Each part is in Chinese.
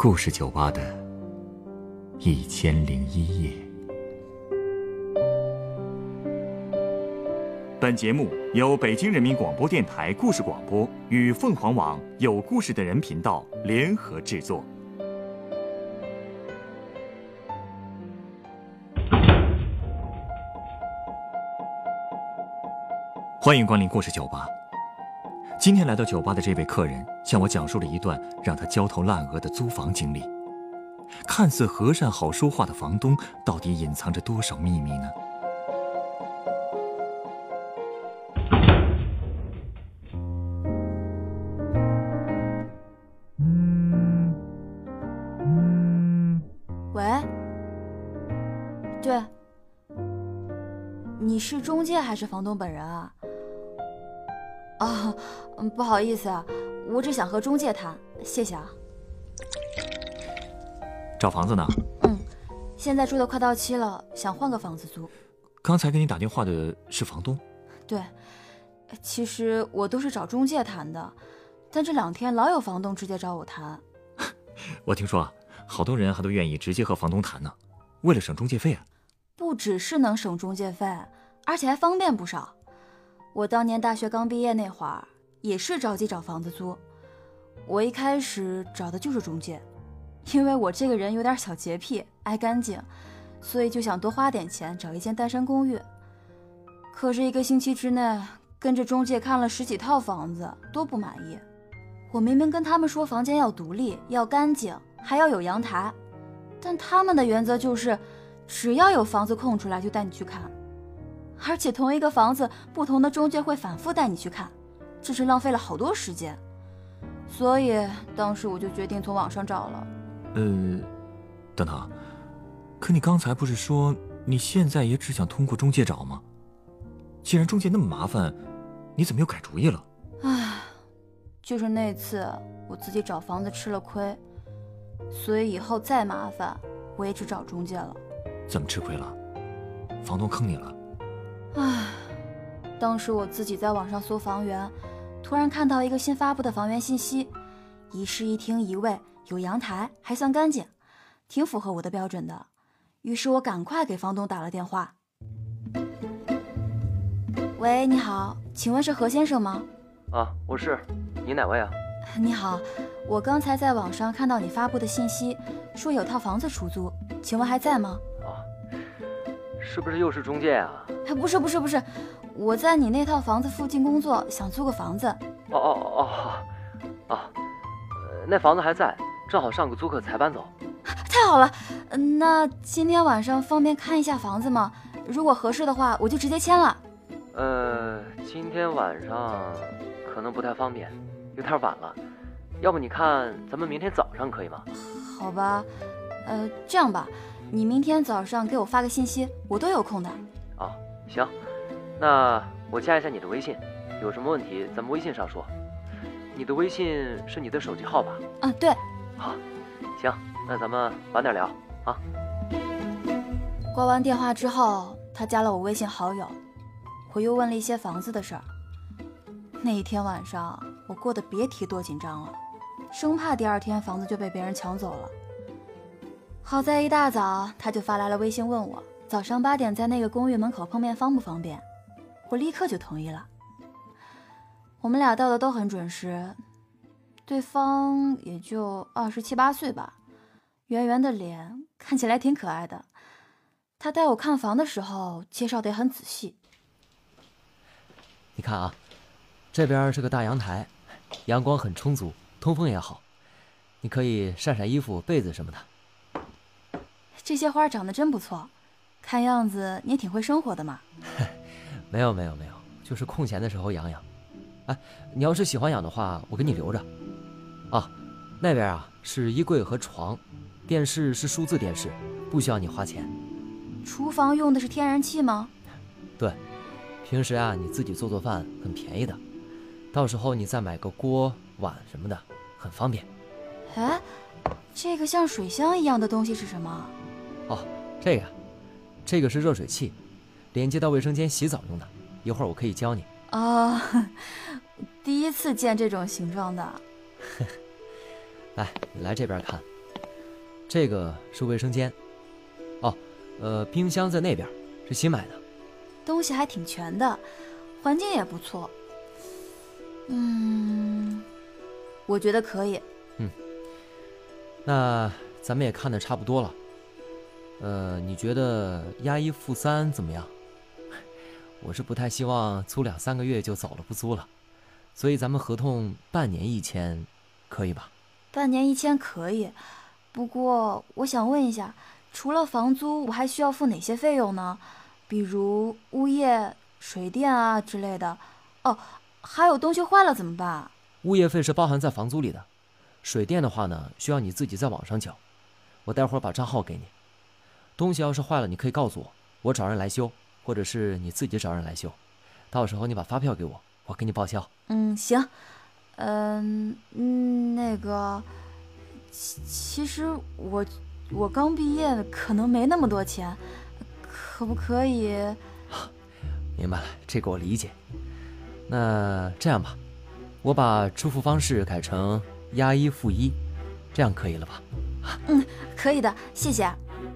故事酒吧的1001夜。本节目由北京人民广播电台故事广播与凤凰网有故事的人频道联合制作。欢迎光临故事酒吧。今天来到酒吧的这位客人向我讲述了一段让他焦头烂额的租房经历。看似和善好说话的房东，到底隐藏着多少秘密呢？ 喂，对，你是中介还是房东本人啊？哦，不好意思啊，我只想和中介谈，谢谢啊。 找房子呢？ 现在住的快到期了，想换个房子租。 刚才给你打电话的是房东？ 对，其实我都是找中介谈的，但这2天老有房东直接找我谈。 我听说啊，好多人还都愿意直接和房东谈呢，为了省中介费啊。 不只是能省中介费，而且还方便不少。我当年大学刚毕业那会儿，也是着急找房子租。我一开始找的就是中介，因为我这个人有点小洁癖，爱干净，所以就想多花点钱找一间单身公寓。可是1个星期之内，跟着中介看了10几套房子，都不满意。我明明跟他们说房间要独立，要干净，还要有阳台，但他们的原则就是只要有房子空出来就带你去看，而且同一个房子不同的中介会反复带你去看，这是浪费了好多时间。所以当时我就决定从网上找了。 等等，可你刚才不是说你现在也只想通过中介找吗？既然中介那么麻烦，你怎么又改主意了？ 唉，就是那次我自己找房子吃了亏，所以以后再麻烦我也只找中介了。 怎么吃亏了？房东坑你了？ 唉，当时我自己在网上搜房源，突然看到一个新发布的房源信息，1室1厅1卫，有阳台，还算干净，挺符合我的标准的。于是我赶快给房东打了电话。喂，你好，请问是何先生吗？ 我是，你哪位啊？ 你好，我刚才在网上看到你发布的信息，说有套房子出租，请问还在吗？ 是不是又是中介啊？ 不是，我在你那套房子附近工作，想租个房子。 那房子还在，正好上个租客才搬走。 太好了，那今天晚上方便看一下房子吗？如果合适的话，我就直接签了。 今天晚上可能不太方便，有点晚了，要不你看咱们明天早上可以吗？ 好吧，这样吧，你明天早上给我发个信息，我都有空的。 行，那我加一下你的微信，有什么问题咱们微信上说。你的微信是你的手机号吧？ 对。 好，行，那咱们晚点聊啊。 挂完电话之后，他加了我微信好友，我又问了一些房子的事儿。那一天晚上我过得别提多紧张了，生怕第2天房子就被别人抢走了。好在一大早他就发来了微信问我早上8点在那个公寓门口碰面方不方便，我立刻就同意了。我们俩到的都很准时，对方也就27、28岁吧，圆圆的脸，看起来挺可爱的。他带我看房的时候介绍得也很仔细。 你看啊，这边是个大阳台，阳光很充足，通风也好，你可以晒晒衣服、被子什么的。 这些花长得真不错，看样子你也挺会生活的嘛。 没有，就是空闲的时候养养。你要是喜欢养的话，我给你留着。那边是衣柜和床，电视是数字电视，不需要你花钱。 厨房用的是天然气吗？ 对，平时你自己做饭很便宜的，到时候你再买个锅碗什么的，很方便。 这个像水箱一样的东西是什么？ 这个是热水器，连接到卫生间洗澡用的，一会儿我可以教你。 第一次见这种形状的。 来，你来这边看， 这个是卫生间。哦，冰箱在那边，是新买的。 东西还挺全的，环境也不错。我觉得可以。 那咱们也看得差不多了。你觉得押1付3怎么样？我是不太希望租2、3个月就走了不租了，所以咱们合同半年1签，可以吧？ 半年1签可以，不过我想问一下，除了房租，我还需要付哪些费用呢？比如物业、水电啊之类的。哦，还有东西坏了怎么办？ 物业费是包含在房租里的，水电的话呢，需要你自己在网上缴。我待会儿把账号给你。东西要是坏了，你可以告诉我，我找人来修，或者是你自己找人来修。到时候你把发票给我，我给你报销。 行。那个，其实我刚毕业，可能没那么多钱，可不可以？ 明白了，这个我理解。那这样吧，我把支付方式改成押1付1，这样可以了吧？ 可以的，谢谢。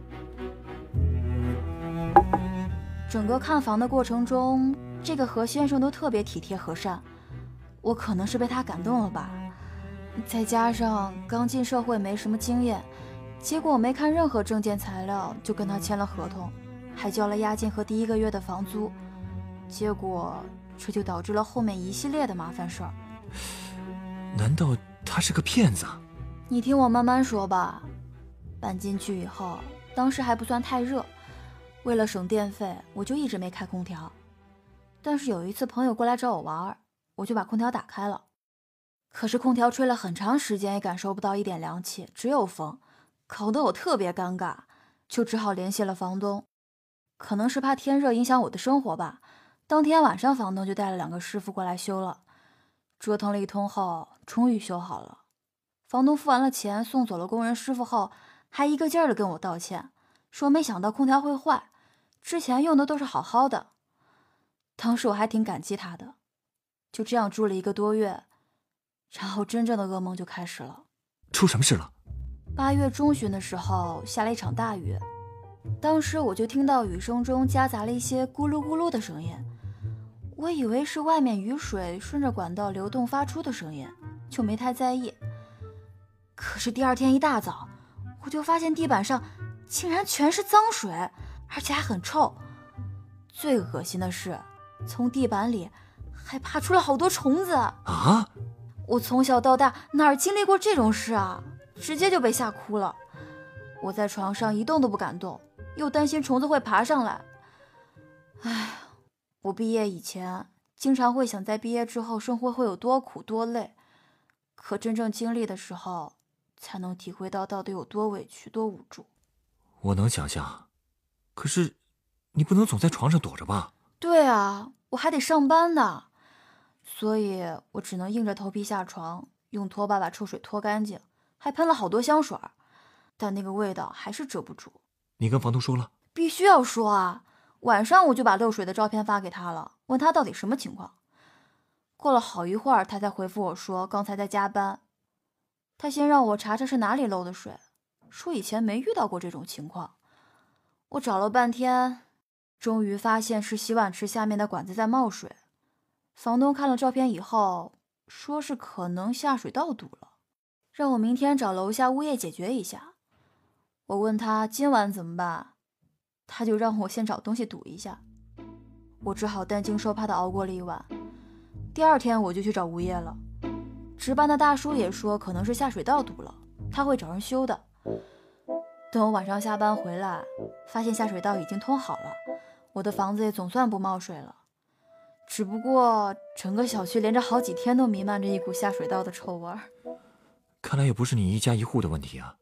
整个看房的过程中，这个何先生都特别体贴和善，我可能是被他感动了吧。再加上刚进社会没什么经验，结果我没看任何证件材料就跟他签了合同，还交了押金和第1个月的房租，结果这就导致了后面一系列的麻烦事儿。 难道他是个骗子啊？ 你听我慢慢说吧。搬进去以后，当时还不算太热，为了省电费，我就一直没开空调。但是有一次朋友过来找我玩，我就把空调打开了。可是空调吹了很长时间也感受不到一点凉气，只有风，搞得我特别尴尬，就只好联系了房东。可能是怕天热影响我的生活吧，当天晚上房东就带了2个师傅过来修了。折腾了一通后，终于修好了。房东付完了钱，送走了工人师傅后，还一个劲儿的跟我道歉，说没想到空调会坏，之前用的都是好好的。当时我还挺感激他的。就这样住了1个多月，然后真正的噩梦就开始了。 出什么事了 ？8月中旬的时候下了一场大雨，当时我就听到雨声中夹杂了一些咕噜咕噜的声音，我以为是外面雨水顺着管道流动发出的声音，就没太在意。可是第2天一大早，我就发现地板上竟然全是脏水，而且还很臭。最恶心的是，从地板里还爬出了好多虫子啊！ 我从小到大哪儿经历过这种事啊，直接就被吓哭了。我在床上一动都不敢动，又担心虫子会爬上来。我毕业以前经常会想在毕业之后生活会有多苦多累，可真正经历的时候才能体会到底有多委屈多无助。 我能想象，可是你不能总在床上躲着吧？ 对啊，我还得上班呢，所以我只能硬着头皮下床，用拖把臭水拖干净，还喷了好多香水，但那个味道还是遮不住。 你跟房东说了？ 必须要说啊，晚上我就把漏水的照片发给他了，问他到底什么情况。过了好一会儿，他才回复我说刚才在加班。他先让我查查是哪里漏的水，说以前没遇到过这种情况。我找了半天，终于发现是洗碗池下面的管子在冒水。房东看了照片以后，说是可能下水道堵了，让我明天找楼下物业解决一下。我问他今晚怎么办，他就让我先找东西堵一下。我只好担惊受怕地熬过了一晚。第2天我就去找物业了，值班的大叔也说可能是下水道堵了，他会找人修的。等我晚上下班回来，发现下水道已经通好了，我的房子也总算不冒水了。只不过整个小区连着好几天都弥漫着一股下水道的臭味儿。 看来也不是你一家一户的问题啊。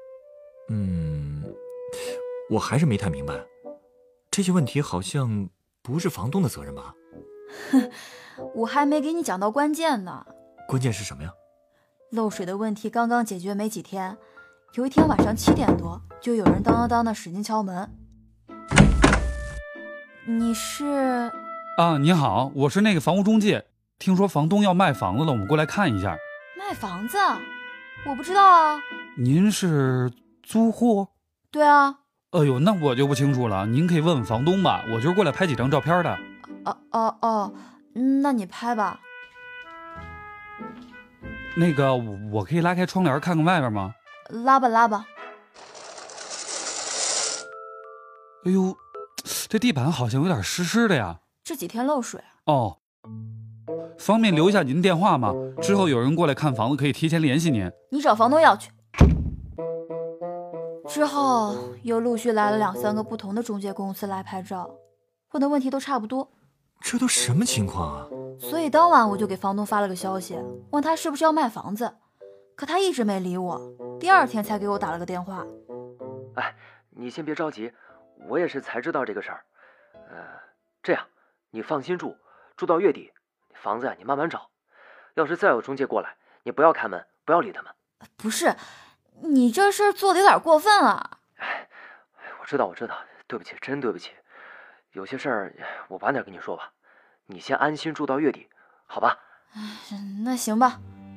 我还是没太明白，这些问题好像不是房东的责任吧？ 我还没给你讲到关键呢。 关键是什么呀？ 漏水的问题刚刚解决没几天，有一天晚上7点多，就有人当当当的使劲敲门。你是？ 啊，你好，我是那个房屋中介，听说房东要卖房子了，我们过来看一下。 卖房子？我不知道啊。 您是租户？ 对啊。 哎呦，那我就不清楚了，您可以问问房东吧，我就是过来拍几张照片的。 那你拍吧。 那个，我可以拉开窗帘看看外边吗？ 拉吧。 哎呦，这地板好像有点湿湿的呀。 这几天漏水。 哦，方便留下您电话吗？之后有人过来看房子，可以提前联系您。 你找房东要去。之后又陆续来了2、3个不同的中介公司来拍照，问的问题都差不多。 这都什么情况啊？ 所以当晚我就给房东发了个消息，问他是不是要卖房子，可他一直没理我，第2天才给我打了个电话。 哎，你先别着急，我也是才知道这个事儿。这样，你放心住到月底，房子呀你慢慢找。要是再有中介过来，你不要开门，不要理他们。 不是，你这事儿做的有点过分了。 我知道，对不起，真对不起。有些事儿我晚点跟你说吧，你先安心住到月底，好吧？ 那行吧。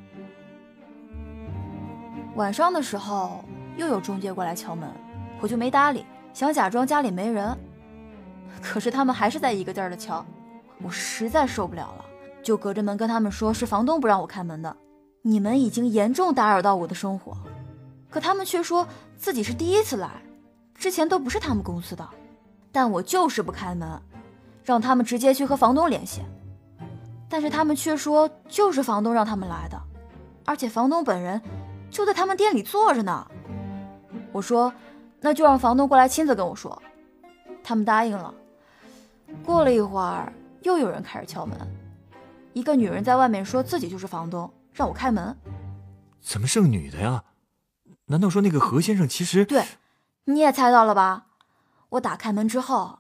晚上的时候又有中介过来敲门，我就没搭理，想假装家里没人。可是他们还是在一个劲儿的敲，我实在受不了了，就隔着门跟他们说是房东不让我开门的，你们已经严重打扰到我的生活。可他们却说自己是第一次来，之前都不是他们公司的。但我就是不开门，让他们直接去和房东联系。但是他们却说就是房东让他们来的，而且房东本人就在他们店里坐着呢。我说那就让房东过来亲自跟我说，他们答应了。过了一会儿又有人开始敲门，一个女人在外面说自己就是房东，让我开门。 怎么是个女的呀？难道说那个何先生其实…… 对，你也猜到了吧？我打开门之后，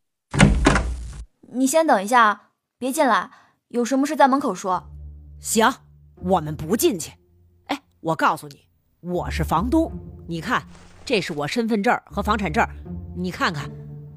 你先等一下，别进来，有什么事在门口说。 行，我们不进去。哎，我告诉你，我是房东，你看，这是我身份证和房产证，你看看。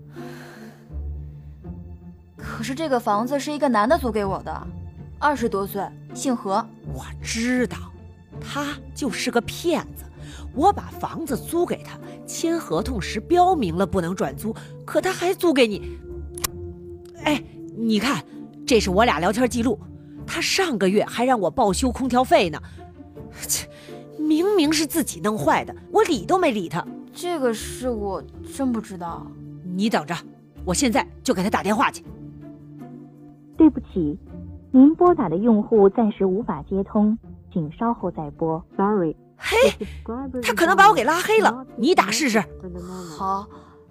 可是这个房子是一个男的租给我的，20多岁，姓何。 我知道，他就是个骗子。我把房子租给他，签合同时标明了不能转租，可他还租给你。哎，你看，这是我俩聊天记录，他上个月还让我报修空调费呢。切，明明是自己弄坏的，我理都没理他。 这个事我真不知道。 你等着，我现在就给他打电话去。 对不起，您拨打的用户暂时无法接通，请稍后再拨。Sorry。 嘿，他可能把我给拉黑了，你打试试。 好。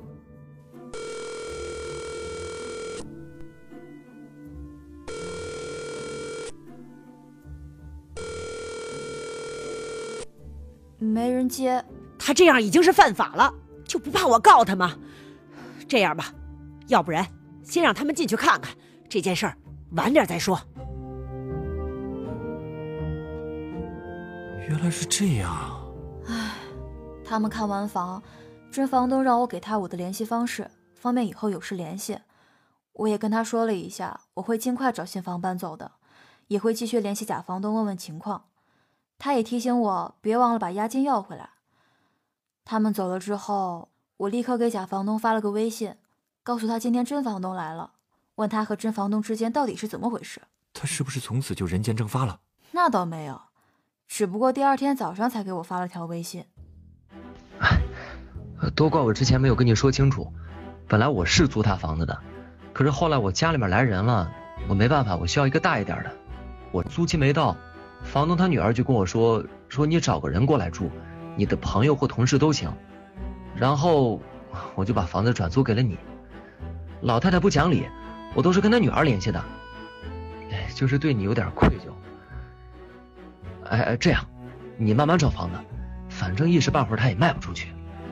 没人接。 他这样已经是犯法了，就不怕我告他吗？这样吧，要不然先让他们进去看看这件事儿，晚点再说。 原来是这样。 唉，他们看完房，甄房东让我给他我的联系方式，方便以后有事联系。我也跟他说了一下，我会尽快找新房搬走的，也会继续联系假房东问问情况。他也提醒我别忘了把押金要回来。他们走了之后，我立刻给假房东发了个微信，告诉他今天甄房东来了，问他和甄房东之间到底是怎么回事。 他是不是从此就人间蒸发了？ 那倒没有，只不过第2天早上才给我发了条微信。 都怪我之前没有跟你说清楚，本来我是租他房子的，可是后来我家里面来人了，我没办法，我需要一个大一点的。我租期没到，房东他女儿就跟我说你找个人过来住，你的朋友或同事都行。然后我就把房子转租给了你。老太太不讲理，我都是跟她女儿联系的，就是对你有点愧疚。这样，你慢慢找房子，反正一时半会儿他也卖不出去。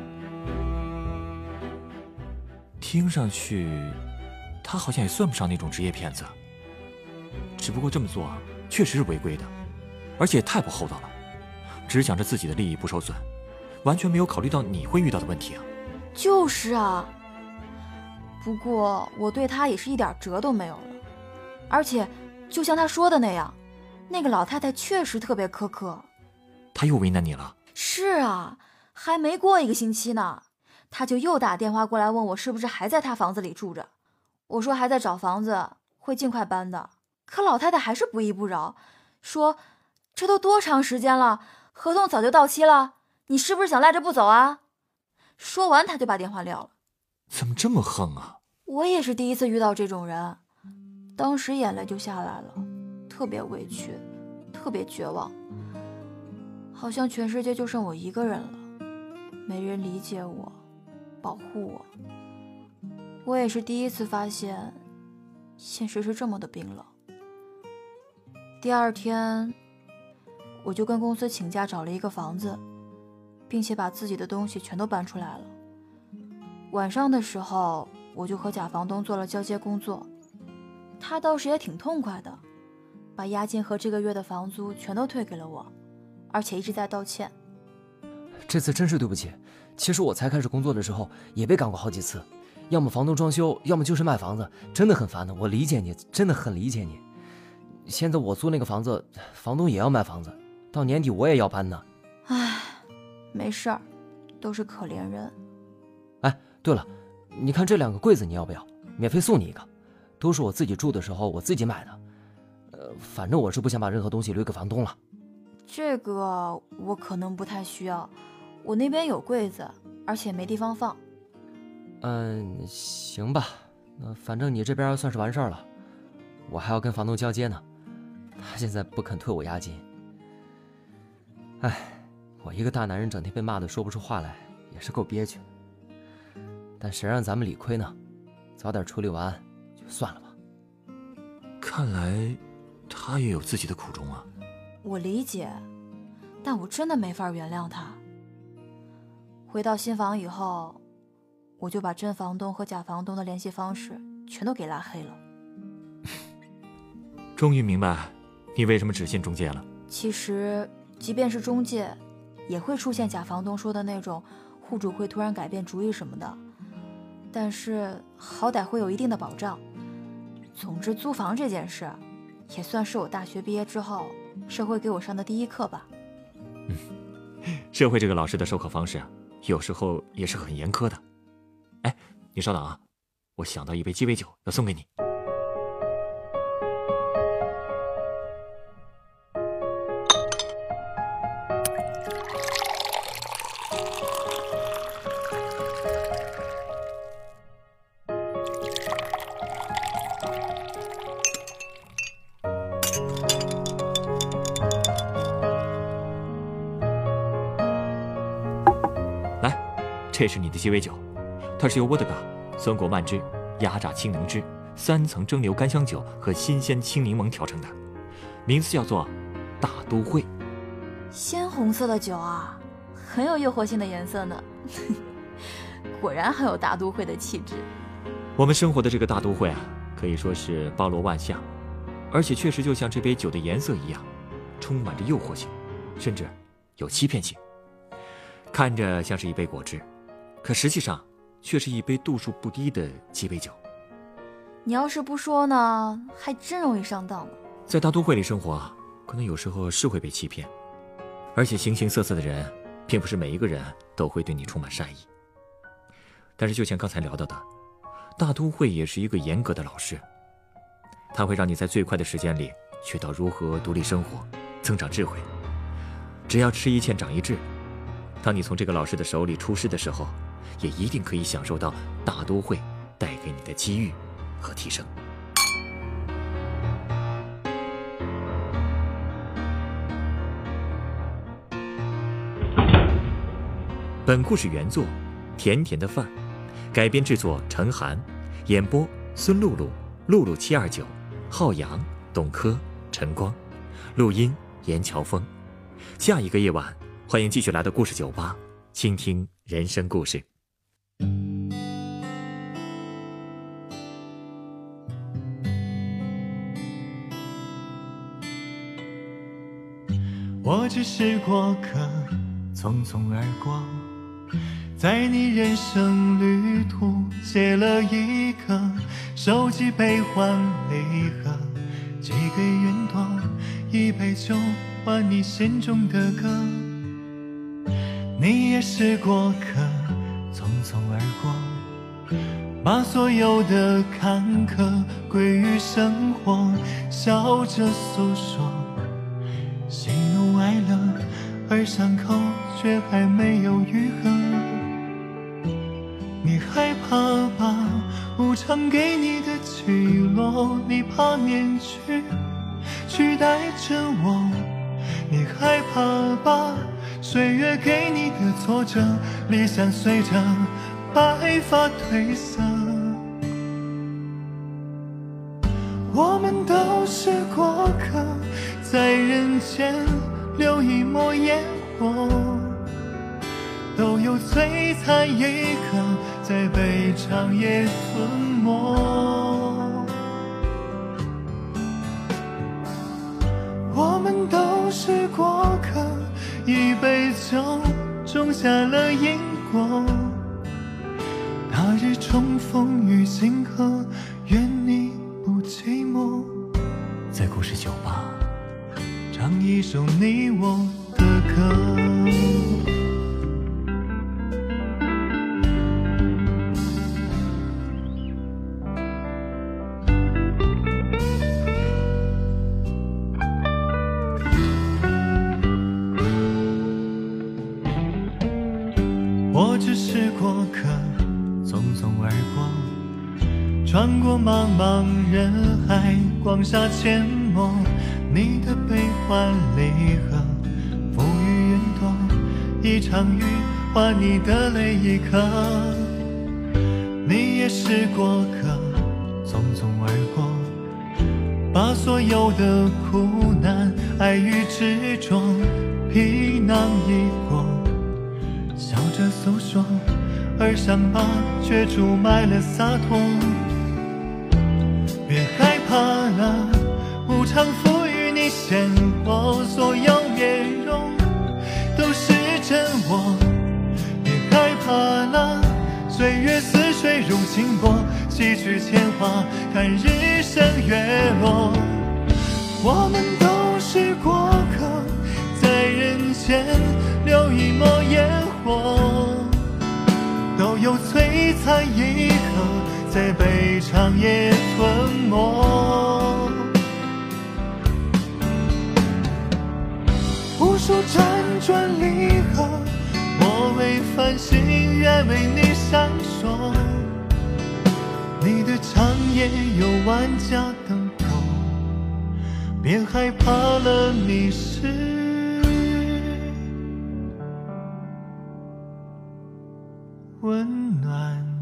听上去，他好像也算不上那种职业骗子，只不过这么做确实是违规的，而且太不厚道了，只想着自己的利益不受损，完全没有考虑到你会遇到的问题啊。 就是啊，不过我对他也是一点辙都没有了，而且就像他说的那样，那个老太太确实特别苛刻。 他又为难你了？ 是啊， 还没过1个星期呢，他就又打电话过来问我是不是还在他房子里住着。我说还在找房子，会尽快搬的。可老太太还是不依不饶，说这都多长时间了，合同早就到期了，你是不是想赖着不走啊？说完他就把电话撂了。 怎么这么横啊？ 我也是第一次遇到这种人，当时眼泪就下来了，特别委屈，特别绝望，好像全世界就剩我一个人了，没人理解我，保护我。我也是第一次发现，现实是这么的冰冷。第2天，我就跟公司请假找了一个房子，并且把自己的东西全都搬出来了。晚上的时候，我就和甲房东做了交接工作，他倒是也挺痛快的，把押金和这个月的房租全都退给了我，而且一直在道歉。 这次真是对不起，其实我才开始工作的时候也被赶过好几次，要么房东装修，要么就是卖房子，真的很烦的。我理解你，真的很理解你。现在我租那个房子，房东也要卖房子，到年底我也要搬呢。 唉，没事儿，都是可怜人。 哎，对了，你看这2个柜子你要不要？免费送你一个，都是我自己住的时候我自己买的。反正我是不想把任何东西留给房东了。 这个我可能不太需要，我那边有柜子，而且没地方放。 行吧，那反正你这边算是完事儿了，我还要跟房东交接呢，他现在不肯退我押金。哎，我一个大男人整天被骂的说不出话来，也是够憋屈。但谁让咱们理亏呢？早点处理完就算了吧。 看来他也有自己的苦衷啊。 我理解，但我真的没法原谅他。回到新房以后，我就把真房东和假房东的联系方式全都给拉黑了。 终于明白你为什么只信中介了。 其实即便是中介，也会出现假房东说的那种户主会突然改变主意什么的，但是好歹会有一定的保障。总之租房这件事也算是我大学毕业之后社会给我上的第一课吧。 社会这个老师的授课方式有时候也是很严苛的。哎，你稍等啊，我想到一杯鸡尾酒要送给你。这是你的鸡尾酒，它是由沃德嘎、酸果蔓汁、压榨青柠汁、3层蒸馏干香酒和新鲜青柠檬调成的，名字叫做大都会。 鲜红色的酒啊，很有诱惑性的颜色呢。果然很有大都会的气质。 我们生活的这个大都会啊，可以说是包罗万象，而且确实就像这杯酒的颜色一样，充满着诱惑性，甚至有欺骗性。看着像是一杯果汁，可实际上却是一杯度数不低的鸡尾酒。 你要是不说呢，还真容易上当呢。 在大都会里生活啊，可能有时候是会被欺骗，而且形形色色的人，并不是每一个人都会对你充满善意。但是就像刚才聊到的，大都会也是一个严格的老师，他会让你在最快的时间里学到如何独立生活，增长智慧。只要吃一堑长一智，当你从这个老师的手里出师的时候，也一定可以享受到大都会带给你的机遇和提升。本故事原作《甜甜的饭》，改编制作陈寒，演播孙露露、露露729、浩洋、董珂、陈光，录音严乔峰。下一个夜晚，欢迎继续来到故事酒吧，倾听人生故事。 我只是过客，匆匆而过，在你人生旅途写了一个手机悲欢离合，寄给云朵，一杯酒换你心中的歌。 你也是过客，匆匆而过，把所有的坎坷归于生活，笑着诉说喜怒哀乐，而伤口却还没有愈合。你害怕把无常给你的起落，你怕面具取代着我，你害怕把岁月给你的挫折，理想随着白发褪色。我们都是过客，在人间留一抹烟火，都有璀璨一刻，在被长夜吞没。我们都是过客，一杯酒种下了因果，那日重逢于星河，愿你不寂寞。 在故事酒吧唱一首你我的歌。我只是过客，匆匆而过，穿过茫茫人海，广厦阡陌，你的悲欢离合，浮于云朵，一场雨换你的泪一颗。你也是过客，匆匆而过，把所有的苦难爱与执着皮囊一过，笑着诉说，而伤疤却注满了洒脱。别害怕了，无常赋予你鲜活，所有面容都是真我。别害怕了，岁月似水如清波，几句铅华看日升月落。我们都是过客，在人间留一抹烟火，都有璀璨一刻，在被长夜吞没。无数辗转离合，我为繁星，愿为你闪烁。你的长夜有万家灯火，别害怕了，你是温暖。